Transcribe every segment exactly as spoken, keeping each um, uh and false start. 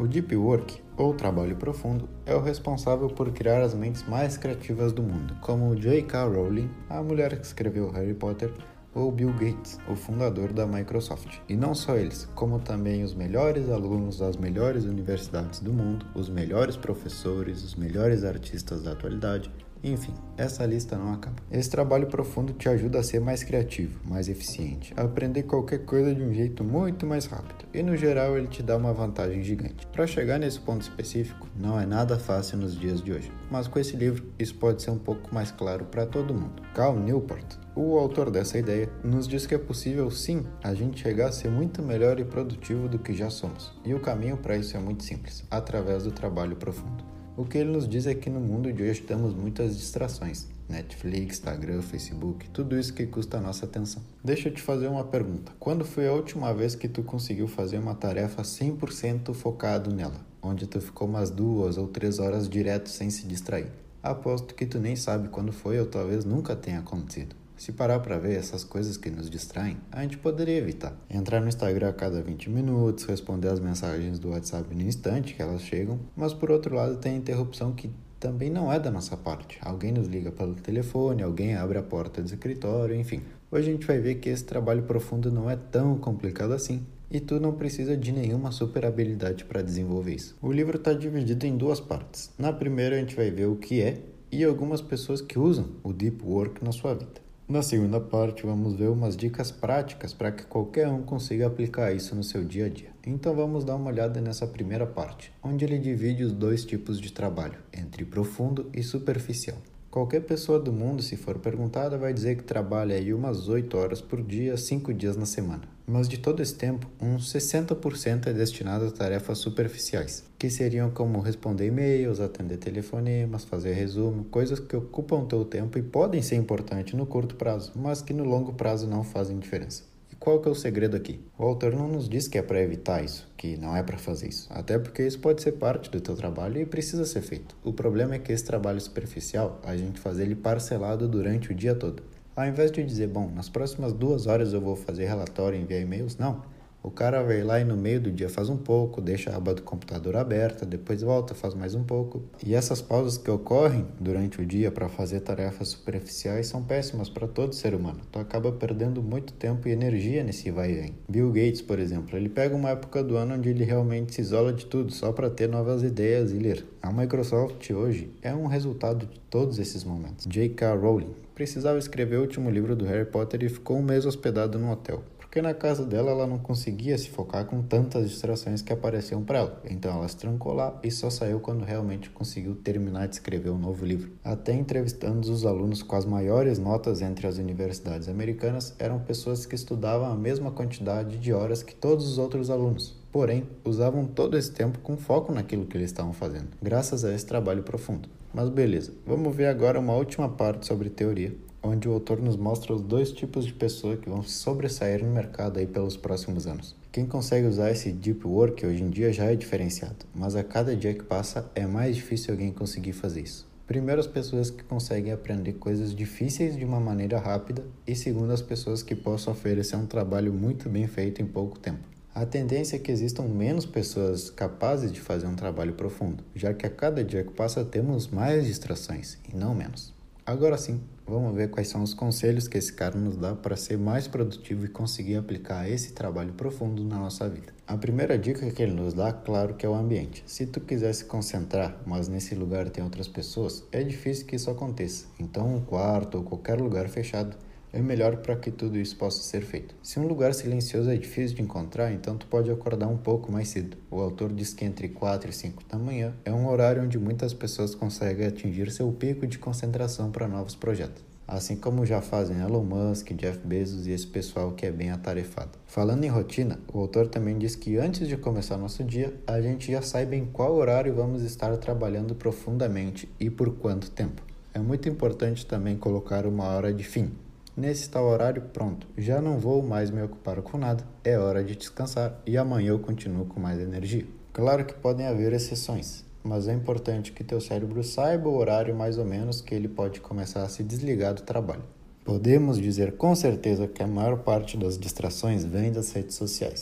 O Deep Work, ou trabalho profundo, é o responsável por criar as mentes mais criativas do mundo, como J K. Rowling, a mulher que escreveu Harry Potter, ou Bill Gates, o fundador da Microsoft. E não só eles, como também os melhores alunos das melhores universidades do mundo, os melhores professores, os melhores artistas da atualidade. Enfim, essa lista não acaba. Esse trabalho profundo te ajuda a ser mais criativo, mais eficiente, a aprender qualquer coisa de um jeito muito mais rápido. E no geral ele te dá uma vantagem gigante. Para chegar nesse ponto específico, não é nada fácil nos dias de hoje. Mas com esse livro, isso pode ser um pouco mais claro para todo mundo. Cal Newport, o autor dessa ideia, nos diz que é possível sim a gente chegar a ser muito melhor e produtivo do que já somos. E o caminho para isso é muito simples, através do trabalho profundo. O que ele nos diz é que no mundo de hoje temos muitas distrações. Netflix, Instagram, Facebook, tudo isso que custa a nossa atenção. Deixa eu te fazer uma pergunta. Quando foi a última vez que tu conseguiu fazer uma tarefa cem por cento focado nela? Onde tu ficou umas duas ou três horas direto sem se distrair? Aposto que tu nem sabe quando foi ou talvez nunca tenha acontecido. Se parar para ver essas coisas que nos distraem, a gente poderia evitar. Entrar no Instagram a cada vinte minutos, responder as mensagens do WhatsApp no instante que elas chegam, mas por outro lado tem a interrupção que também não é da nossa parte. Alguém nos liga pelo telefone, alguém abre a porta do escritório, enfim. Hoje a gente vai ver que esse trabalho profundo não é tão complicado assim. E tu não precisa de nenhuma super habilidade para desenvolver isso. O livro está dividido em duas partes. Na primeira a gente vai ver o que é e algumas pessoas que usam o Deep Work na sua vida. Na segunda parte, vamos ver umas dicas práticas para que qualquer um consiga aplicar isso no seu dia a dia. Então vamos dar uma olhada nessa primeira parte, onde ele divide os dois tipos de trabalho, entre profundo e superficial. Qualquer pessoa do mundo, se for perguntada, vai dizer que trabalha aí umas oito horas por dia, cinco dias na semana. Mas de todo esse tempo, uns sessenta por cento é destinado a tarefas superficiais, que seriam como responder e-mails, atender telefonemas, fazer resumo, coisas que ocupam teu tempo e podem ser importantes no curto prazo, mas que no longo prazo não fazem diferença. E qual que é o segredo aqui? O autor não nos diz que é para evitar isso, que não é para fazer isso, até porque isso pode ser parte do teu trabalho e precisa ser feito. O problema é que esse trabalho superficial, a gente faz ele parcelado durante o dia todo. Ao invés de dizer, bom, nas próximas duas horas eu vou fazer relatório e enviar e-mails, não. O cara vai lá e no meio do dia faz um pouco, deixa a aba do computador aberta, depois volta, faz mais um pouco. E essas pausas que ocorrem durante o dia para fazer tarefas superficiais são péssimas para todo ser humano. Tu acaba perdendo muito tempo e energia nesse vai e vem. Bill Gates, por exemplo, ele pega uma época do ano onde ele realmente se isola de tudo, só para ter novas ideias e ler. A Microsoft hoje é um resultado de todos esses momentos. J K. Rowling precisava escrever o último livro do Harry Potter e ficou um mês hospedado num hotel. Porque na casa dela ela não conseguia se focar com tantas distrações que apareciam para ela. Então ela se trancou lá e só saiu quando realmente conseguiu terminar de escrever um novo livro. Até entrevistando os alunos com as maiores notas entre as universidades americanas, eram pessoas que estudavam a mesma quantidade de horas que todos os outros alunos. Porém, usavam todo esse tempo com foco naquilo que eles estavam fazendo, graças a esse trabalho profundo. Mas beleza, vamos ver agora uma última parte sobre teoria, onde o autor nos mostra os dois tipos de pessoa que vão se sobressair no mercado aí pelos próximos anos. Quem consegue usar esse Deep Work hoje em dia já é diferenciado, mas a cada dia que passa é mais difícil alguém conseguir fazer isso. Primeiro, as pessoas que conseguem aprender coisas difíceis de uma maneira rápida e segundo, as pessoas que possam oferecer um trabalho muito bem feito em pouco tempo. A tendência é que existam menos pessoas capazes de fazer um trabalho profundo, já que a cada dia que passa temos mais distrações e não menos. Agora sim, vamos ver quais são os conselhos que esse cara nos dá para ser mais produtivo e conseguir aplicar esse trabalho profundo na nossa vida. A primeira dica que ele nos dá, claro que é o ambiente. Se tu quiser se concentrar, mas nesse lugar tem outras pessoas, é difícil que isso aconteça. Então um quarto ou qualquer lugar fechado é melhor para que tudo isso possa ser feito. Se um lugar silencioso é difícil de encontrar, então tu pode acordar um pouco mais cedo. O autor diz que entre quatro e cinco da manhã é um horário onde muitas pessoas conseguem atingir seu pico de concentração para novos projetos. Assim como já fazem Elon Musk, Jeff Bezos e esse pessoal que é bem atarefado. Falando em rotina, o autor também diz que antes de começar nosso dia, a gente já saiba em qual horário vamos estar trabalhando profundamente e por quanto tempo. É muito importante também colocar uma hora de fim. Nesse tal horário, pronto, já não vou mais me ocupar com nada, é hora de descansar e amanhã eu continuo com mais energia. Claro que podem haver exceções, mas é importante que teu cérebro saiba o horário mais ou menos que ele pode começar a se desligar do trabalho. Podemos dizer com certeza que a maior parte das distrações vem das redes sociais.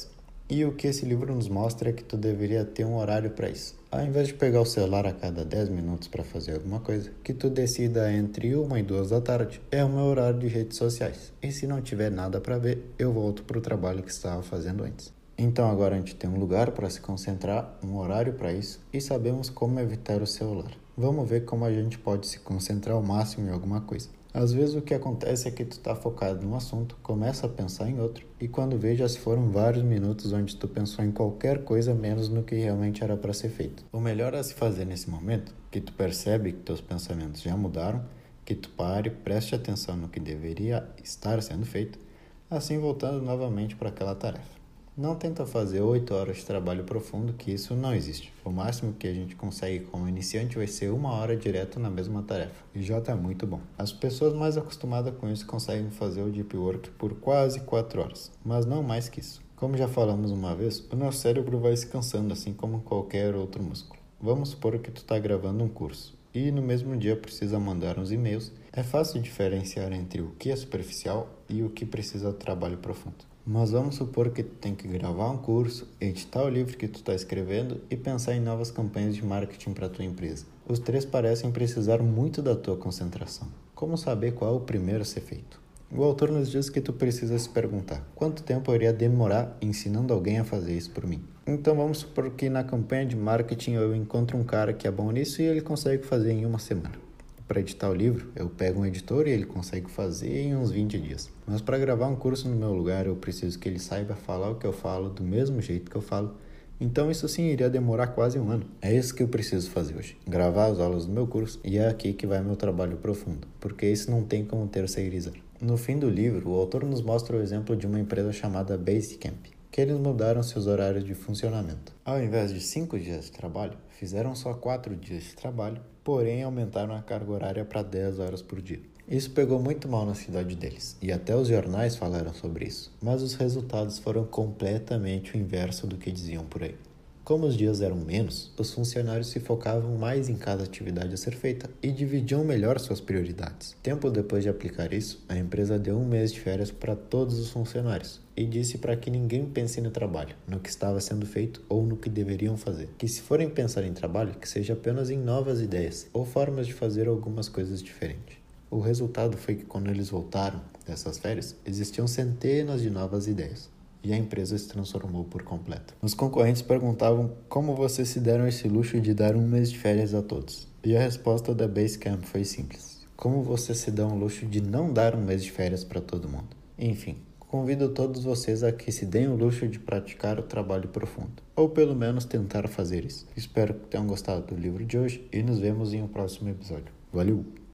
E o que esse livro nos mostra é que tu deveria ter um horário para isso. Ao invés de pegar o celular a cada dez minutos para fazer alguma coisa, que tu decida entre uma e duas da tarde, é o meu horário de redes sociais. E se não tiver nada para ver, eu volto para o trabalho que estava fazendo antes. Então agora a gente tem um lugar para se concentrar, um horário para isso e sabemos como evitar o celular. Vamos ver como a gente pode se concentrar ao máximo em alguma coisa. Às vezes o que acontece é que tu tá focado num assunto, começa a pensar em outro, e quando vê já se foram vários minutos onde tu pensou em qualquer coisa menos no que realmente era para ser feito. O melhor a se fazer nesse momento, que tu percebe que teus pensamentos já mudaram, que tu pare, preste atenção no que deveria estar sendo feito, assim voltando novamente para aquela tarefa. Não tenta fazer oito horas de trabalho profundo, que isso não existe. O máximo que a gente consegue como iniciante vai ser uma hora direto na mesma tarefa. E já está muito bom. As pessoas mais acostumadas com isso conseguem fazer o deep work por quase quatro horas, mas não mais que isso. Como já falamos uma vez, o nosso cérebro vai se cansando assim como qualquer outro músculo. Vamos supor que tu está gravando um curso e no mesmo dia precisa mandar uns e-mails. É fácil diferenciar entre o que é superficial e o que precisa de trabalho profundo. Mas vamos supor que tu tem que gravar um curso, editar o livro que tu está escrevendo e pensar em novas campanhas de marketing para a tua empresa. Os três parecem precisar muito da tua concentração. Como saber qual é o primeiro a ser feito? O autor nos diz que tu precisa se perguntar: quanto tempo eu iria demorar ensinando alguém a fazer isso por mim? Então vamos supor que na campanha de marketing eu encontro um cara que é bom nisso e ele consegue fazer em uma semana. Para editar o livro, eu pego um editor e ele consegue fazer em uns vinte dias. Mas para gravar um curso no meu lugar, eu preciso que ele saiba falar o que eu falo do mesmo jeito que eu falo. Então isso sim iria demorar quase um ano. É isso que eu preciso fazer hoje. Gravar as aulas do meu curso e é aqui que vai meu trabalho profundo. Porque isso não tem como terceirizar. No fim do livro, o autor nos mostra o exemplo de uma empresa chamada Basecamp, que eles mudaram seus horários de funcionamento. Ao invés de cinco dias de trabalho, fizeram só quatro dias de trabalho, porém aumentaram a carga horária para dez horas por dia. Isso pegou muito mal na cidade deles, e até os jornais falaram sobre isso, mas os resultados foram completamente o inverso do que diziam por aí. Como os dias eram menos, os funcionários se focavam mais em cada atividade a ser feita e dividiam melhor suas prioridades. Tempo depois de aplicar isso, a empresa deu um mês de férias para todos os funcionários e disse para que ninguém pense no trabalho, no que estava sendo feito ou no que deveriam fazer. Que se forem pensar em trabalho, que seja apenas em novas ideias ou formas de fazer algumas coisas diferentes. O resultado foi que quando eles voltaram dessas férias, existiam centenas de novas ideias. E a empresa se transformou por completo. Os concorrentes perguntavam como vocês se deram esse luxo de dar um mês de férias a todos. E a resposta da Basecamp foi simples: como vocês se dão o luxo de não dar um mês de férias para todo mundo? Enfim, convido todos vocês a que se deem o luxo de praticar o trabalho profundo, ou pelo menos tentar fazer isso. Espero que tenham gostado do livro de hoje e nos vemos em um próximo episódio. Valeu!